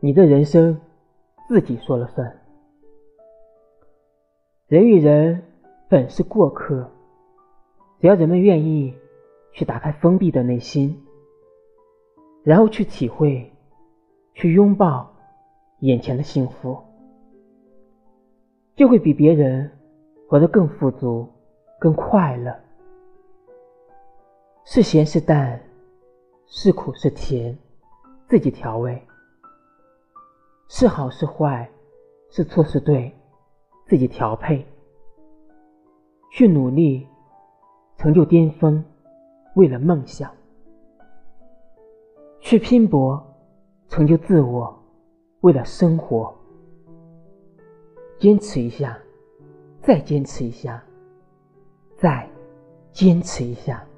你的人生自己说了算。人与人本是过客，只要人们愿意去打开封闭的内心，然后去体会，去拥抱眼前的幸福，就会比别人活得更富足，更快乐。是咸是淡，是苦是甜，自己调味；是好是坏，是错是对，自己调配。去努力，成就巅峰，为了梦想；去拼搏，成就自我，为了生活。坚持一下，再坚持一下，再坚持一下。